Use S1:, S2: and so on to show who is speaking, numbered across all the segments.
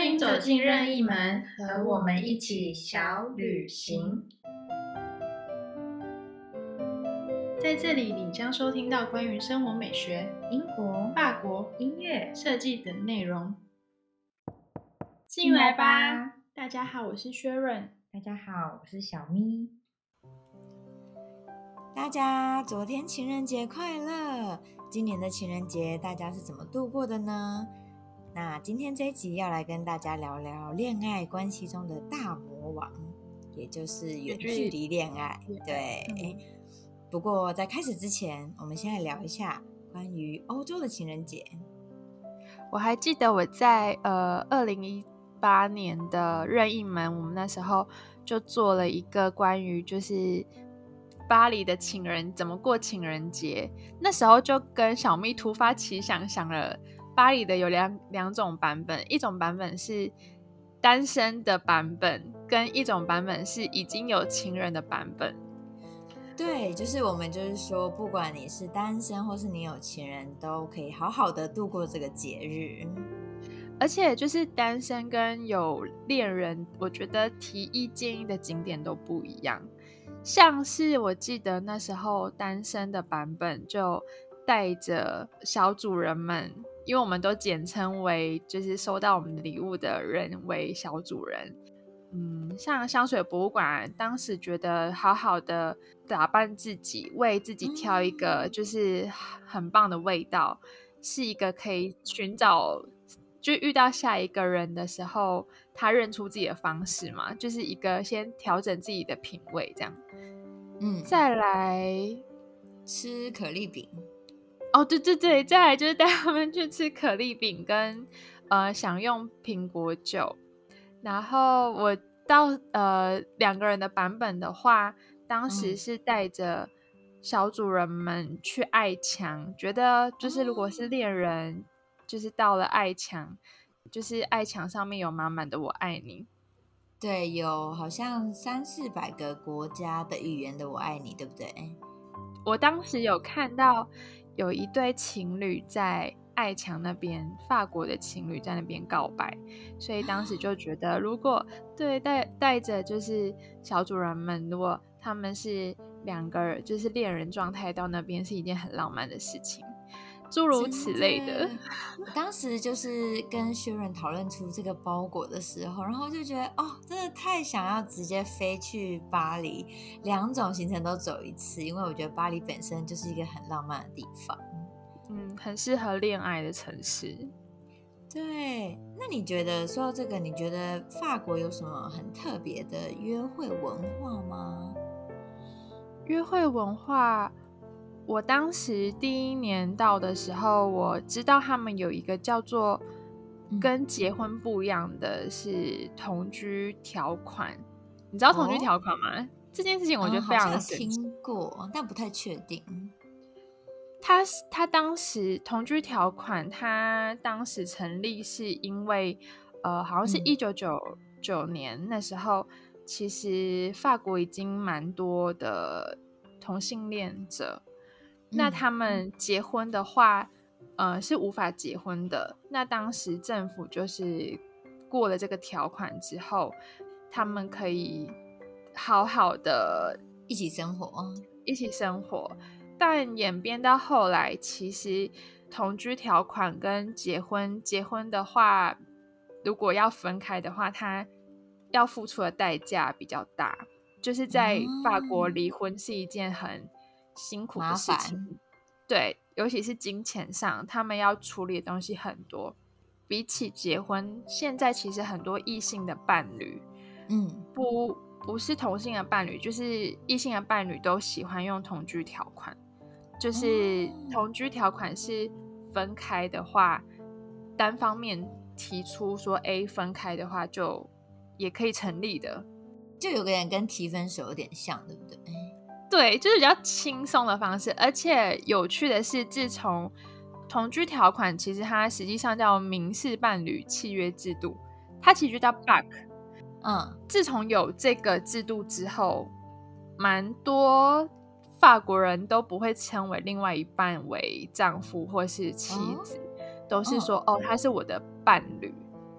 S1: 欢迎走进任意门，和我们一起小旅行。在这里，你将收听到关于生活美学、
S2: 英国、
S1: 法国、
S2: 音乐、
S1: 设计等内容。
S2: 进来吧！
S1: 大家好，我是薛润。
S2: 大家好，我是小咪。大家昨天情人节快乐！今年的情人节大家是怎么度过的呢？那今天这一集要来跟大家聊聊恋爱关系中的大魔王，也就是远距离恋爱。对，不过在开始之前，我们先来聊一下关于欧洲的情人节。
S1: 我还记得我在2018年的任意门，我们那时候就做了一个关于就是巴黎的情人怎么过情人节。那时候就跟小蜜突发奇想，想了巴黎的有两种版本，一种版本是单身的版本，跟一种版本是已经有情人的版本。
S2: 对，就是我们就是说，不管你是单身或是你有情人，都可以好好的度过这个节日。
S1: 而且就是单身跟有恋人，我觉得提议建议的景点都不一样。像是我记得那时候单身的版本就带着小主人们，因为我们都简称为就是收到我们的礼物的人为小主人。像香水博物馆，当时觉得好好的打扮自己，为自己挑一个就是很棒的味道，是一个可以寻找，就遇到下一个人的时候，他认出自己的方式嘛，就是一个先调整自己的品味这样。再来
S2: 吃可丽饼。
S1: 哦，对对对，再来就是带他们去吃可丽饼跟享用苹果酒。然后我到两个人的版本的话，当时是带着小主人们去爱墙，觉得就是如果是恋人，就是到了爱墙，就是爱墙上面有满满的"我爱你"。
S2: 对，有好像300-400个国家的语言的"我爱你"，对不对？
S1: 我当时有看到有一对情侣在爱墙那边，法国的情侣在那边告白，所以当时就觉得，如果对带着就是小主人们，如果他们是两个就是恋人状态到那边，是一件很浪漫的事情，诸如此类的。
S2: 我当时就是跟薛润讨论出这个包裹的时候，然后就觉得真的太想要直接飞去巴黎，两种行程都走一次，因为我觉得巴黎本身就是一个很浪漫的地方。
S1: 很适合恋爱的城市。
S2: 对，那你觉得说到这个，你觉得法国有什么很特别的约会文化吗？
S1: 约会文化，我当时第一年到的时候，我知道他们有一个叫做跟结婚不一样的是同居条款。你知道同居条款吗？这件事情我觉得非
S2: 好像有
S1: 常的神奇。
S2: 听过，但不太确定。
S1: 他当时同居条款，他当时成立是因为，好像是1999年那时候，其实法国已经蛮多的同性恋者，那他们结婚的话，是无法结婚的。那当时政府就是过了这个条款之后，他们可以好好的
S2: 一起生活。
S1: 但演变到后来，其实同居条款跟结婚的话，如果要分开的话，他要付出的代价比较大。就是在法国离婚是一件很辛苦的事情，对，尤其是金钱上，他们要处理的东西很多。比起结婚，现在其实很多异性的伴侣，不是同性的伴侣，就是异性的伴侣都喜欢用同居条款。就是同居条款是分开的话，单方面提出说 A 分开的话，就也可以成立的。
S2: 就有个人跟提分手有点像，对不对？
S1: 对，就是比较轻松的方式。而且有趣的是，自从同居条款，其实它实际上叫民事伴侣契约制度，它其实就叫 BAC。自从有这个制度之后，蛮多法国人都不会称为另外一半为丈夫或是妻子，都是说他是我的伴侣。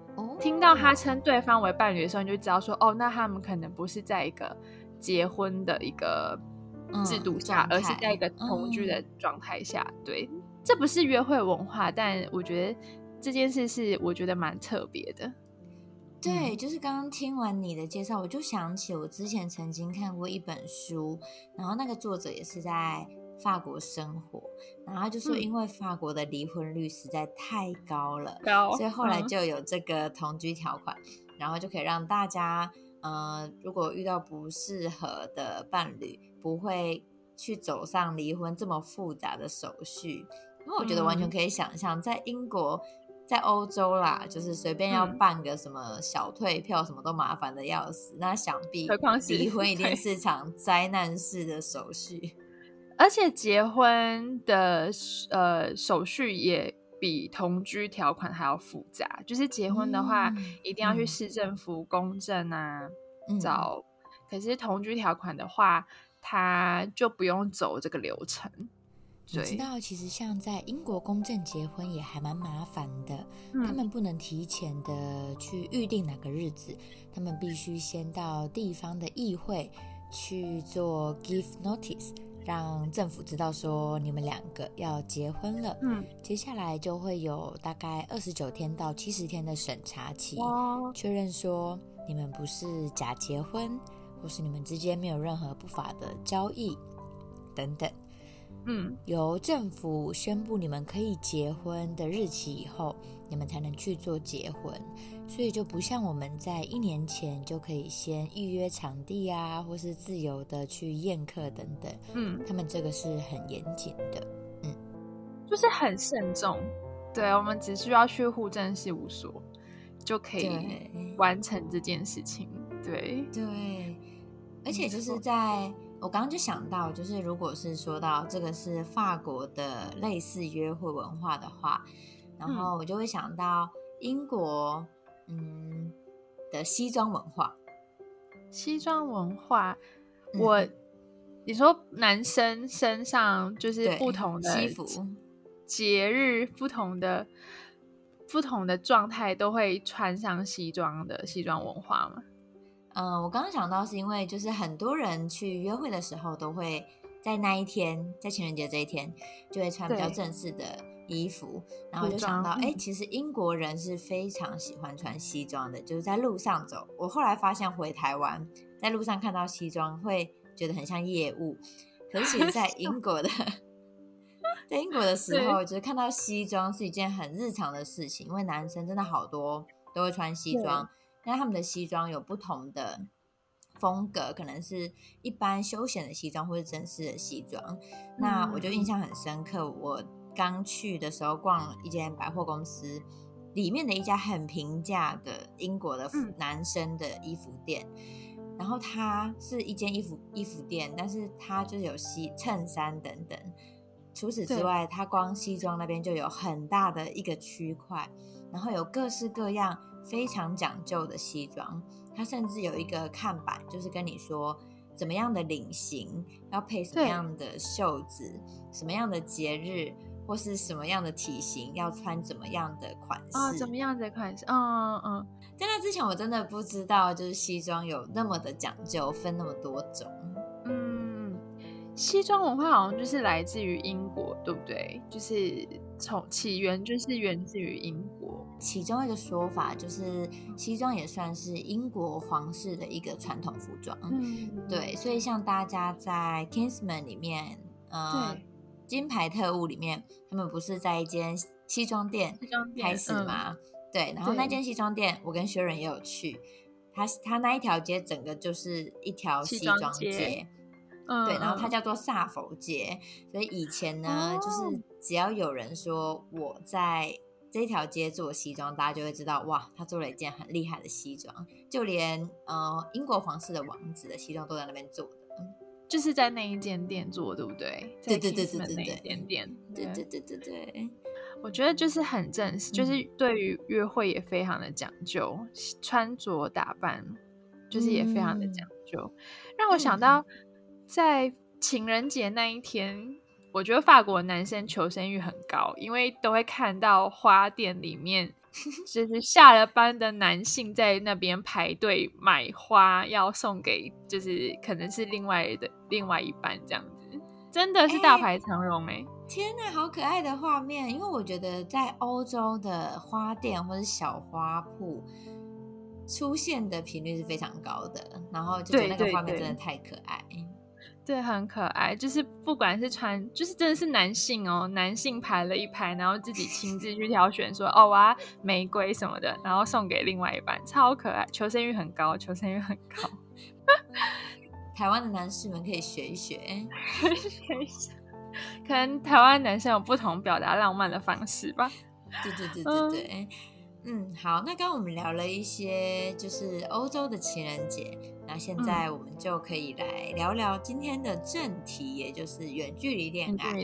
S1: 听到他称对方为伴侣的时候，你就知道说，哦，那他们可能不是在一个结婚的一个制度下，而是在一个同居的状态下。对，这不是约会文化，但我觉得这件事是我觉得蛮特别的。
S2: 对，就是刚刚听完你的介绍，我就想起我之前曾经看过一本书，然后那个作者也是在法国生活，然后他就说，因为法国的离婚率实在太高了，所以后来就有这个同居条款，然后就可以让大家，如果遇到不适合的伴侣，不会去走上离婚这么复杂的手续。因为我觉得完全可以想象，在英国。在欧洲啦，就是随便要办个什么小退票，什么都麻烦的要死。那想必离婚一定是场灾难式的手续，
S1: 而且结婚的手续也比同居条款还要复杂。就是结婚的话，一定要去市政府公证啊，找。可是同居条款的话，它就不用走这个流程。
S2: 你知道其实像在英国公证结婚也还蛮麻烦的，他们不能提前的去预定哪个日子，他们必须先到地方的议会去做 give notice， 让政府知道说你们两个要结婚了。接下来就会有大概29天到70天的审查期，确认说你们不是假结婚，或是你们之间没有任何不法的交易等等。由政府宣布你们可以结婚的日期以后，你们才能去做结婚，所以就不像我们在1年前就可以先预约场地啊，或是自由的去宴客等等。他们这个是很严谨的，
S1: 就是很慎重。对，我们只需要去户政事务所就可以完成这件事情。对，
S2: 而且就是在。我刚刚就想到，就是如果是说到这个是法国的类似约会文化的话，然后我就会想到英国的西装文化。
S1: 西装文化，你说男生身上就是不同的
S2: 西服
S1: 节日，不同的状态都会穿上西装的西装文化吗？
S2: 我刚刚想到是因为就是很多人去约会的时候都会在那一天，在情人节这一天就会穿比较正式的衣服，然后我就想到其实英国人是非常喜欢穿西装的，就是在路上走，我后来发现回台湾在路上看到西装会觉得很像业务，可是其实在英国的在英国的时候就是看到西装是一件很日常的事情，因为男生真的好多都会穿西装，那他们的西装有不同的风格，可能是一般休闲的西装或是正式的西装。那我就印象很深刻，我刚去的时候逛一间百货公司，里面的一家很平价的英国的男生的衣服店，然后它是一间衣服店，但是它就是有衬衫等等。除此之外，它光西装那边就有很大的一个区块，然后有各式各样非常讲究的西装，它甚至有一个看板，就是跟你说怎么样的领型要配什么样的袖子，什么样的节日或是什么样的体型要穿怎么样的款式
S1: 怎么样的款式
S2: 在那之前我真的不知道就是西装有那么的讲究，分那么多种。
S1: 西装文化好像就是来自于英国，对不对？就是从起源就是源自于英国。
S2: 其中一个说法就是西装也算是英国皇室的一个传统服装。对，所以像大家在 Kingsman 里面金牌特务里面，他们不是在一间西装店开始吗？对，然后那间西装店我跟薛仁也有去，他那一条街整个就是一条西装街。对，然后它叫做萨佛街，所以以前呢，就是只要有人说我在这条街做西装，大家就会知道哇，他做了一件很厉害的西装，就连英国皇室的王子的西装都在那边做的，
S1: 就是在那一间店做，对不对？
S2: 对，
S1: 那一间店，
S2: 对。
S1: 我觉得就是很正式，就是对于约会也非常的讲究，穿着打扮就是也非常的讲究，让我想到。在情人节那一天，我觉得法国男生求生欲很高，因为都会看到花店里面就是下了班的男性在那边排队买花，要送给就是可能是另外一半这样子，真的是大排长龙
S2: 天哪，好可爱的画面！因为我觉得在欧洲的花店或是小花铺出现的频率是非常高的，然后就觉得那个画面真的太可爱。
S1: 对，很可爱，就是不管是就是真的是男性哦，男性排了一排，然后自己亲自去挑选说我要玫瑰什么的，然后送给另外一半，超可爱，求生欲很高。
S2: 台湾的男士们可以学一学，
S1: 可能台湾男生有不同表达浪漫的方式吧。
S2: 对。好，那刚刚我们聊了一些就是欧洲的情人节，那现在我们就可以来聊聊今天的正题，也就是远距离恋爱。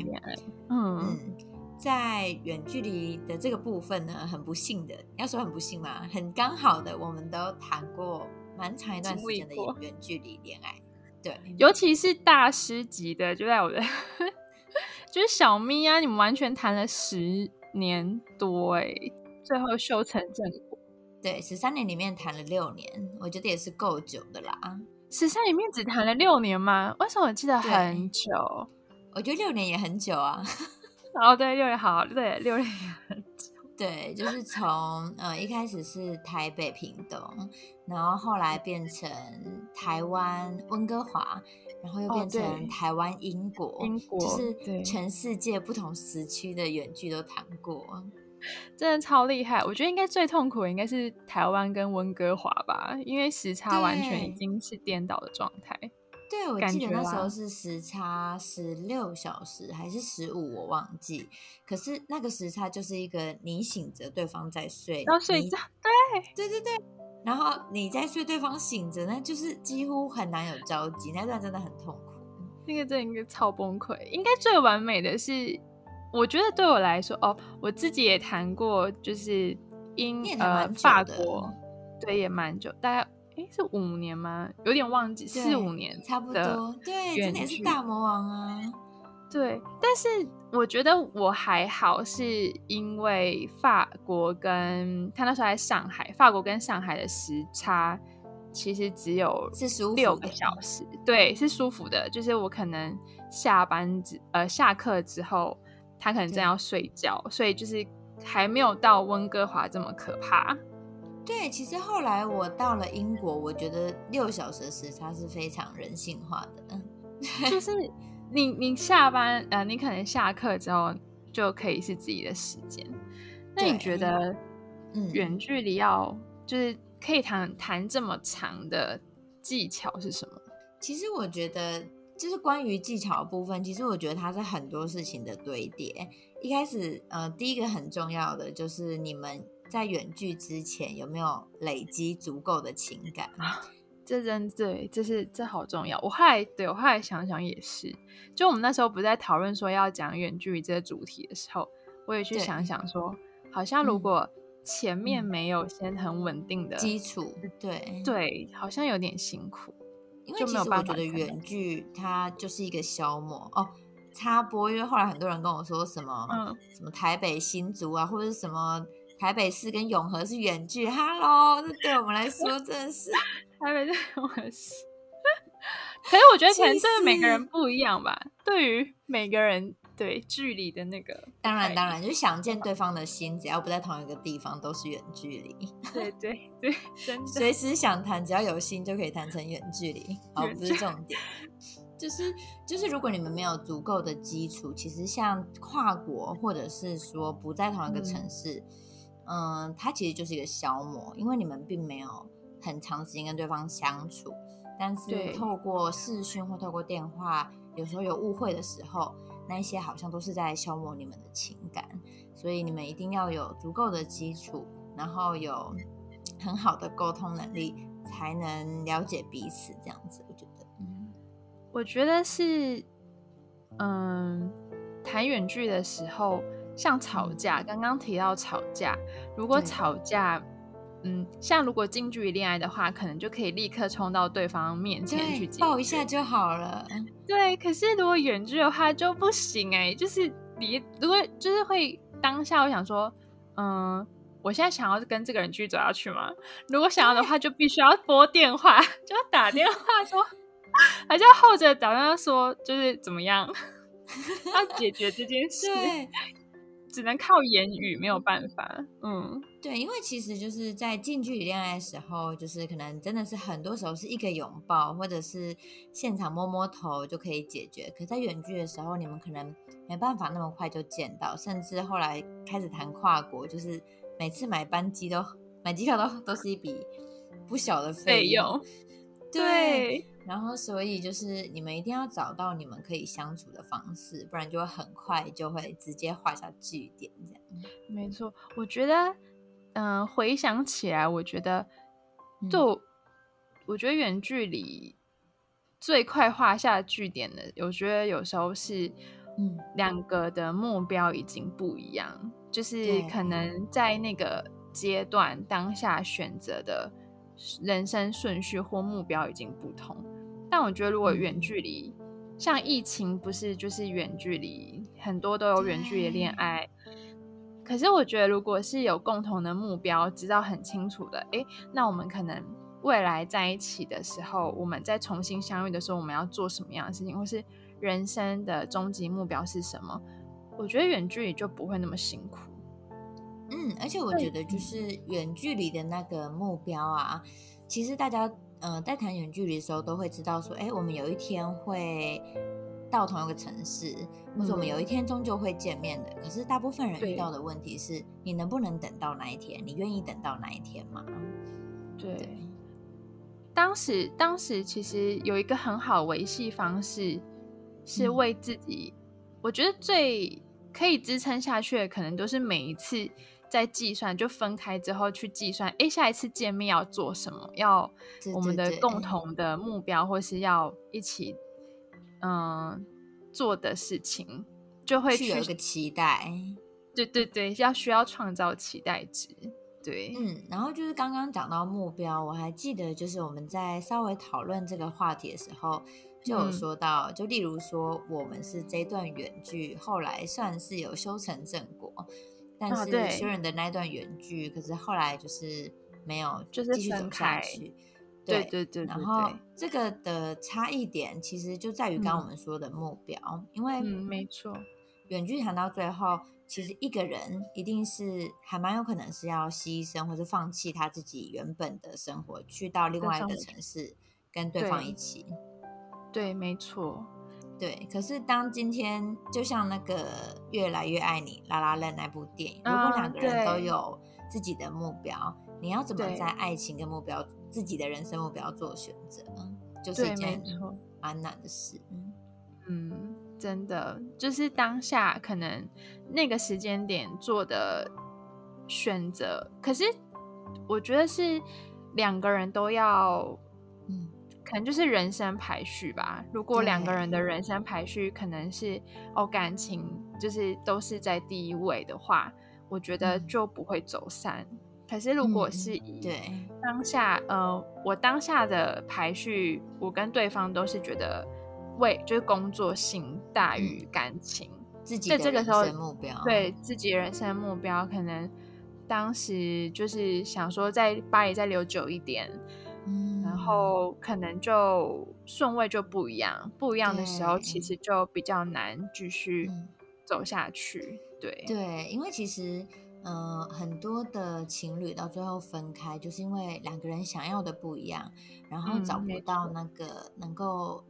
S2: 在远距离的这个部分呢，很不幸的，要说很不幸嘛，很刚好的，我们都谈过蛮长一段时间的远距离恋爱。对，
S1: 尤其是大师级的，就在我的就是小咪啊，你们完全谈了10年多最后修成正果。
S2: 对，13年里面谈了6年，我觉得也是够久的啦。
S1: 13里面只谈了6年吗？为什么我记得很久？
S2: 我觉得6年也很久啊。
S1: 对，6年好，对，6年也很久。
S2: 对，就是从一开始是台北屏东，然后后来变成台湾温哥华，然后又变成台湾英国，就是全世界不同时区的远距都谈过。
S1: 真的超厉害，我觉得应该最痛苦的应该是台湾跟温哥华吧，因为时差完全已经是颠倒的状态。
S2: 对，我记得那时候是时差16小时还是15，我忘记。可是那个时差就是一个你醒着，对方在睡，
S1: 要睡觉，
S2: 对。然后你在睡，对方醒着，那就是几乎很难有交集，那段真的很痛苦。
S1: 那个真的应该超崩溃。应该最完美的是，我觉得对我来说，我自己也谈过，就是法国，对，也蛮久，大概是5年吗？有点忘记，4、5年
S2: 差不多。对，真的也是大魔王啊。
S1: 对，但是我觉得我还好，是因为法国跟他那时候在上海，法国跟上海的时差其实只有6个小时，对，是舒服的。就是我可能下课之后，他可能正要睡觉，所以就是还没有到温哥华这么可怕。
S2: 对，其实后来我到了英国，我觉得6小时的时差是非常人性化的。
S1: 就是你下班你可能下课之后就可以是自己的时间。那你觉得远距离就是可以谈这么长的技巧是什么？
S2: 其实我觉得就是关于技巧的部分，其实我觉得它是很多事情的堆叠。一开始第一个很重要的就是你们在远距之前有没有累积足够的情感？
S1: 这好重要。我后来想想也是，就我们那时候不是在讨论说要讲远距离这个主题的时候，我也去想想说，好像如果前面没有先很稳定的
S2: 基础，
S1: 对，好像有点辛苦。
S2: 因为其实我觉得远距它就是一个消磨插播，因为后来很多人跟我说什么台北新竹啊，或者是什么台北市跟永和是远距 ，Hello， 这对我们来说真的是
S1: 台北是永和市。可是我觉得可能对每个人不一样吧，对于每个人对距离的那个，
S2: 当然就是想见对方的心，只要不在同一个地方都是远距离。
S1: 对，真的，
S2: 随时想谈，只要有心就可以谈成远距离。好，不是重点。就是如果你们没有足够的基础，其实像跨国或者是说不在同一个城市，它其实就是一个消磨，因为你们并没有很长时间跟对方相处，但是透过视讯或透过电话，有时候有误会的时候，那一些好像都是在消磨你们的情感，所以你们一定要有足够的基础，然后有很好的沟通能力，才能了解彼此，这样子
S1: 我觉得是谈远距的时候，像吵架，刚刚提到吵架，如果吵架像如果近距离恋爱的话，可能就可以立刻冲到对方面前去解决，
S2: 抱一下就好了。
S1: 对，可是如果远距的话就不行就是你如果就是会当下我想说我现在想要跟这个人继续走下去吗？如果想要的话，就必须要拨电话，就要打电话说，还是要后者打电话说，就是怎么样要解决这件事，
S2: 对
S1: 只能靠言语，没有办法。
S2: 对，因为其实就是在近距离恋爱的时候，就是可能真的是很多时候是一个拥抱，或者是现场摸摸头就可以解决。可在远距的时候，你们可能没办法那么快就见到，甚至后来开始谈跨国，就是每次买机票都是一笔不小的费用。
S1: 费用，
S2: 对，
S1: 对，
S2: 然后所以就是你们一定要找到你们可以相处的方式，不然就会很快就会直接画下句点这样。
S1: 没错。我觉得，回想起来，我觉得远距离最快画下句点的，我觉得有时候是，两个的目标已经不一样，就是可能在那个阶段当下选择的人生顺序或目标已经不同。但我觉得如果远距离，像疫情不是就是远距离，很多都有远距离恋爱。可是我觉得，如果是有共同的目标，知道很清楚的，那我们可能未来在一起的时候，我们再重新相遇的时候，我们要做什么样的事情，或是人生的终极目标是什么？我觉得远距离就不会那么辛苦。
S2: 而且我觉得就是远距离的那个目标啊，其实大家在谈远距离的时候都会知道说，我们有一天会到同一个城市，或者我们有一天终究会见面的。可是大部分人遇到的问题是，你能不能等到那一天？你愿意等到那一天吗？
S1: 对，当时其实有一个很好的维系方式，是为自己，我觉得最可以支撑下去的，可能都是每一次在计算，就分开之后去计算，下一次见面要做什么，要我们的共同的目标，或是要一起做的事情，就会
S2: 去有一个期待。
S1: 对对对，需要创造期待值。对，
S2: 然后就是刚刚讲到目标，我还记得就是我们在稍微讨论这个话题的时候，就有说到，就例如说我们是这段远距后来算是有修成正果，但是修人的那段远距，可是后来就是没有继续走下去。
S1: 对对对，
S2: 然后这个的差异点其实就在于刚刚我们说的目标，因为
S1: 没错，
S2: 远距谈到最后，其实一个人一定是还蛮有可能是要牺牲或是放弃他自己原本的生活，去到另外一个城市跟对方一起。
S1: 对，没错。
S2: 对，可是当今天就像那个越来越爱你La La Land那部电影，如果两个人都有自己的目标，你要怎么在爱情跟目标自己的人生目标做选择，就是一件蛮难的事。
S1: 真的就是当下可能那个时间点做的选择，可是我觉得是两个人都要，可能就是人生排序吧。如果两个人的人生排序可能是感情就是都是在第一位的话，我觉得就不会走散。可是如果是以当下我当下的排序，我跟对方都是觉得就是工作性大于感情，
S2: 自己的人生目标，
S1: 对自己的人生目标，可能当时就是想说在巴黎再留久一点，然后可能就顺位就不一样的时候，其实就比较难继续走下去。
S2: 对，因为其实很多的情侣到最后分开，就是因为两个人想要的不一样，然后找不到那个能够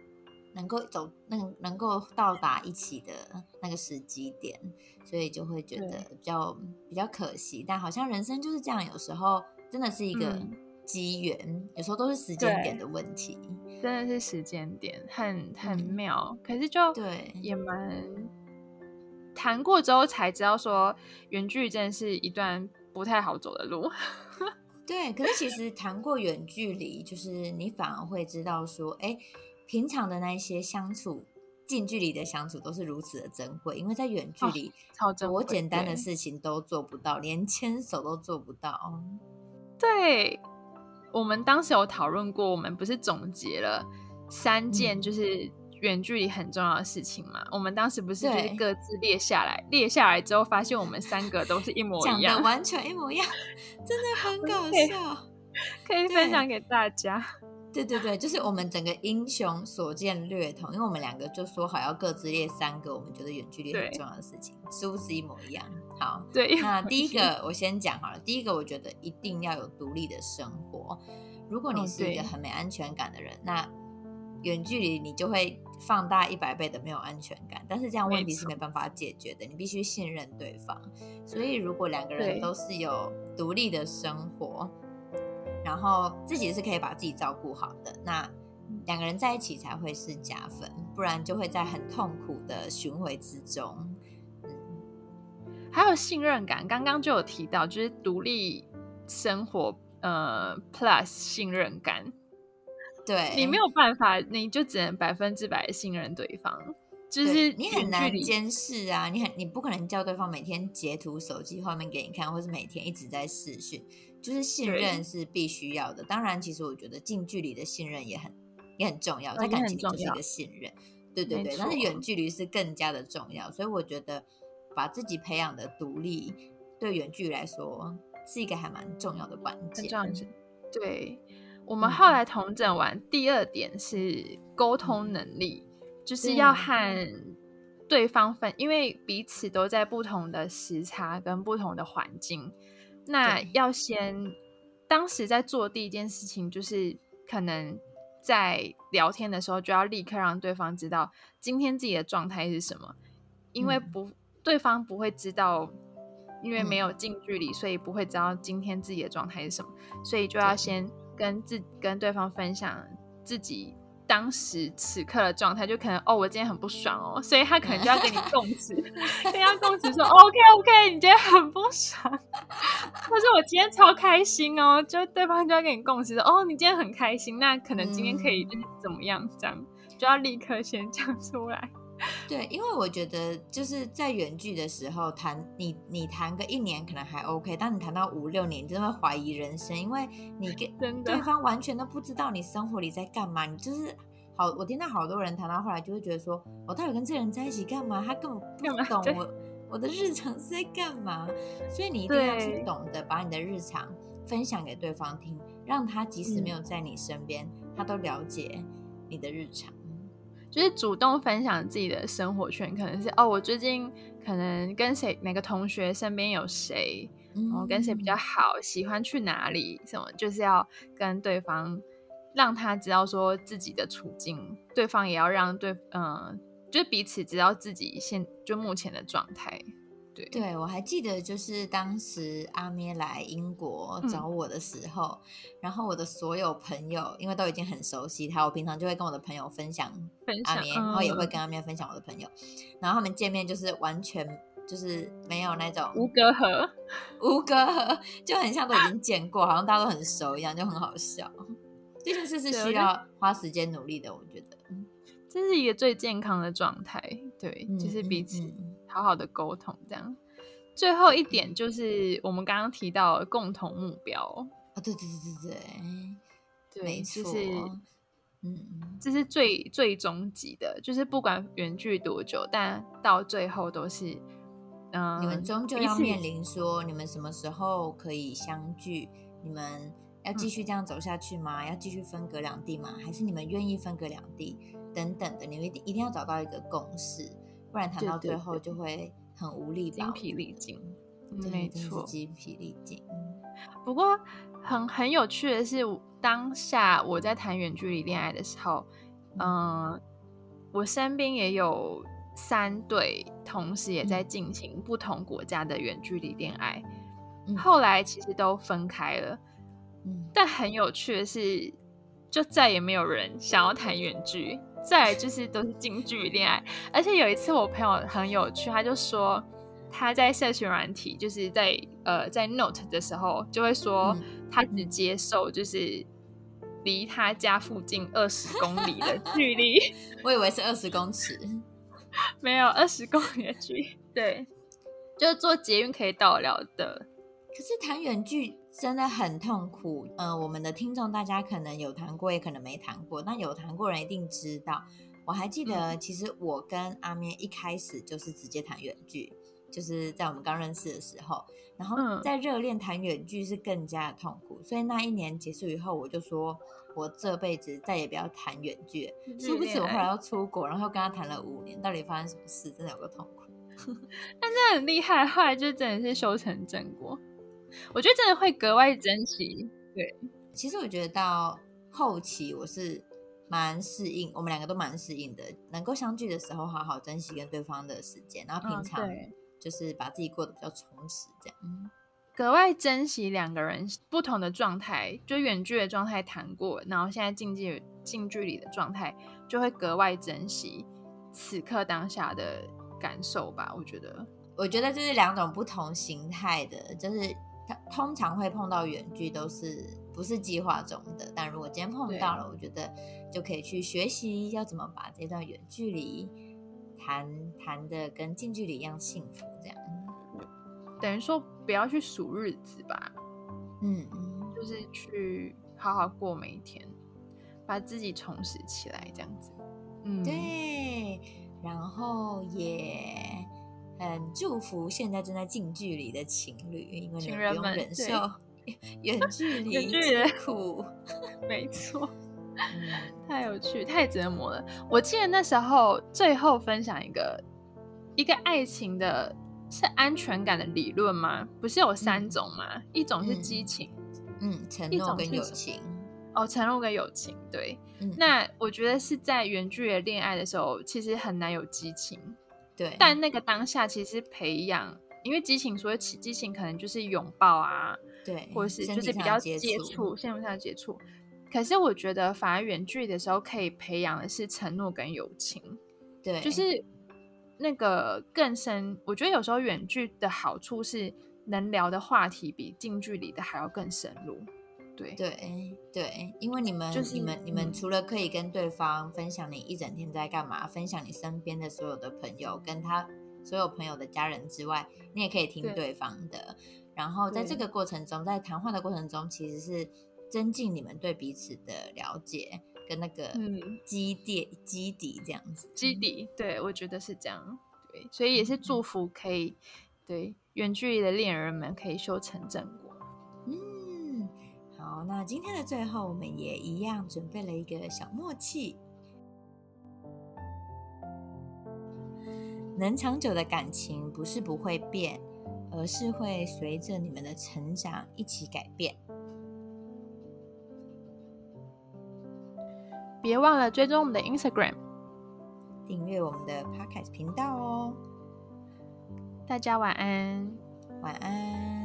S2: 到达一起的那个时机点，所以就会觉得比较可惜。但好像人生就是这样，有时候真的是一个机缘，有时候都是时间点的问题。
S1: 真的是时间点很妙，可是就也蛮谈过之后才知道说远距离真的是一段不太好走的路。
S2: 对，可是其实谈过远距离，就是你反而会知道说，平常的那些相处，近距离的相处都是如此的珍贵，因为在远距离，多简单的事情都做不到，连牵手都做不到。
S1: 对，我们当时有讨论过，我们不是总结了3件就是远距离很重要的事情嘛。我们当时不是就是
S2: 对
S1: 各自列下来之后，发现我们3个都是一模一样，
S2: 讲的完全一模一样，真的很搞笑。
S1: 可以分享给大家。
S2: 对对对，就是我们整个英雄所见略同，因为我们2个就说好要各自列3个我们觉得远距离很重要的事情，殊不知一模一样。好，
S1: 对，
S2: 那第一个我先讲好了。第一个我觉得一定要有独立的生活。如果你是一个很没安全感的人，那远距离你就会放大100倍的没有安全感，但是这样问题是没办法解决的，你必须信任对方。所以如果2个人都是有独立的生活，然后自己是可以把自己照顾好的，那2个人在一起才会是加分，不然就会在很痛苦的循环之中。
S1: 还有信任感，刚刚就有提到，就是独立生活plus 信任感。
S2: 对，
S1: 你没有办法，你就只能100%的信任对方，就是
S2: 你很难监视啊，你不可能叫对方每天截图手机画面给你看，或是每天一直在视讯，就是信任是必须要的。当然，其实我觉得近距离的信任也很重要，在感情里就是一个信任，对对对。但是远距离是更加的重要，所以我觉得把自己培养的独立，对远距离来说是一个还蛮重要的关键。
S1: 对。我们后来统整完，第2点是沟通能力，就是要和对方因为彼此都在不同的时差跟不同的环境，那要当时在做第一件事情，就是可能在聊天的时候就要立刻让对方知道今天自己的状态是什么，因为对方不会知道，因为没有近距离，所以不会知道今天自己的状态是什么，所以就要先跟对方分享自己当时此刻的状态，就可能我今天很不爽哦，所以他可能就要跟你共识，跟他共识说OK， 你今天很不爽，或是我今天超开心哦，就对方就要跟你共识说你今天很开心，那可能今天可以就是怎么样，这样就要立刻先讲出来。
S2: 对，因为我觉得就是在远距的时候你谈个1年可能还 OK， 当你谈到5、6年，你真的会怀疑人生，因为你跟对方完全都不知道你生活里在干嘛。你就是我听到好多人谈到后来就会觉得说，我到底跟这个人在一起干嘛？他根本不懂我的日常是在干嘛。所以你一定要去懂得把你的日常分享给对方听，让他即使没有在你身边，他都了解你的日常。
S1: 就是主动分享自己的生活圈，可能是我最近可能跟哪个同学身边有谁，然后跟谁比较好，喜欢去哪里，什么就是要跟对方让他知道说自己的处境，对方也要让就是彼此知道自己就目前的状态。
S2: 对，我还记得就是当时阿咩来英国找我的时候，然后我的所有朋友因为都已经很熟悉他，我平常就会跟我的朋友分享阿咩，然后也会跟阿咩分享我的朋友，然后他们见面就是完全就是没有那种
S1: 无隔阂，
S2: 就很像都已经见过，好像大家都很熟一样，就很好笑。这件事是需要花时间努力的，我觉得
S1: 这是一个最健康的状态。对，就是彼此好好的沟通这样。最后一点就是我们刚刚提到的共同目标。
S2: 对，没错，
S1: 这是最终极的，就是不管远距多久，但到最后都是
S2: 你们终究要面临说你们什么时候可以相聚，你们要继续这样走下去吗？要继续分隔两地吗？还是你们愿意分隔两地等等的，你们一定要找到一个共识，不然谈到最后就会很无力吧，
S1: 精疲力尽。没错，
S2: 精疲力尽。
S1: 不过很有趣的是，当下我在谈远距离恋爱的时候，我身边也有3对同时也在进行不同国家的远距离恋爱，后来其实都分开了，但很有趣的是，就再也没有人想要谈远距，再来就是都是近距离恋爱。而且有一次我朋友很有趣，他就说他在社群软体，就是在 Note 的时候就会说他只接受就是离他家附近20公里的距离
S2: 我以为是20公尺，
S1: 没有20公里的距离，对，就是坐捷运可以到了的。
S2: 可是谈远距真的很痛苦。我们的听众大家可能有谈过，也可能没谈过，但有谈过人一定知道， 我还记得，其实我跟阿咩一开始就是直接谈远距，就是在我们刚认识的时候，然后在热恋谈远距是更加的痛苦，所以那一年结束以后，我就说我这辈子再也不要谈远距了。殊不知我后来要出国，然后跟他谈了5年，到底发生什么事？真的有个痛苦。
S1: 但真的很厉害，后来就真的是修成正果。我觉得真的会格外珍惜。对，
S2: 其实我觉得到后期我是蛮适应，我们2个都蛮适应的，能够相聚的时候好好珍惜跟对方的时间，然后平常就是把自己过得比较充实，这样。
S1: 格外珍惜2个人不同的状态，就远距的状态谈过，然后现在近距离的状态，就会格外珍惜此刻当下的感受吧。我觉得
S2: 这是2种不同形态的，就是通常会碰到远距都是不是计划中的，但如果今天碰到了，我觉得就可以去学习要怎么把这段远距离谈的跟近距离一样幸福，这样。
S1: 等于说不要去数日子吧，就是去好好过每一天，把自己充实起来，这样子。
S2: 对，然后也很祝福现在正在近距离的情侣，因为你们不用忍受远距离之苦。
S1: 没错，太有趣，太折磨了。我记得那时候最后分享一个爱情的是安全感的理论吗？不是有3种吗？一种是激情，
S2: 承诺跟友情。
S1: 承诺跟友情，对。那我觉得是在远距离恋爱的时候，其实很难有激情。
S2: 对，
S1: 但那个当下其实培养，因为激情，所谓激情可能就是拥抱啊，
S2: 对，
S1: 或者是就是比较接触，身体上的接触。可是我觉得反而远距离的时候可以培养的是承诺跟友情，
S2: 对，
S1: 就是那个更深。我觉得有时候远距的好处是能聊的话题比近距离的还要更深入。
S2: 对，因为你们除了可以跟对方分享你一整天在干嘛，分享你身边的所有的朋友，跟他所有朋友的家人之外，你也可以听对方的。然后在这个过程中，在谈话的过程中，其实是增进你们对彼此的了解跟那个基底这样子。
S1: 基底，对，我觉得是这样。对，所以也是祝福可以对远距离的恋人们可以修成正果。
S2: 好，那今天的最后，我们也一样准备了一个小默契。能长久的感情不是不会变，而是会随着你们的成长一起改变。
S1: 别忘了追踪我们的 Instagram，
S2: 订阅我们的 Podcast 频道哦。
S1: 大家晚安。
S2: 晚安。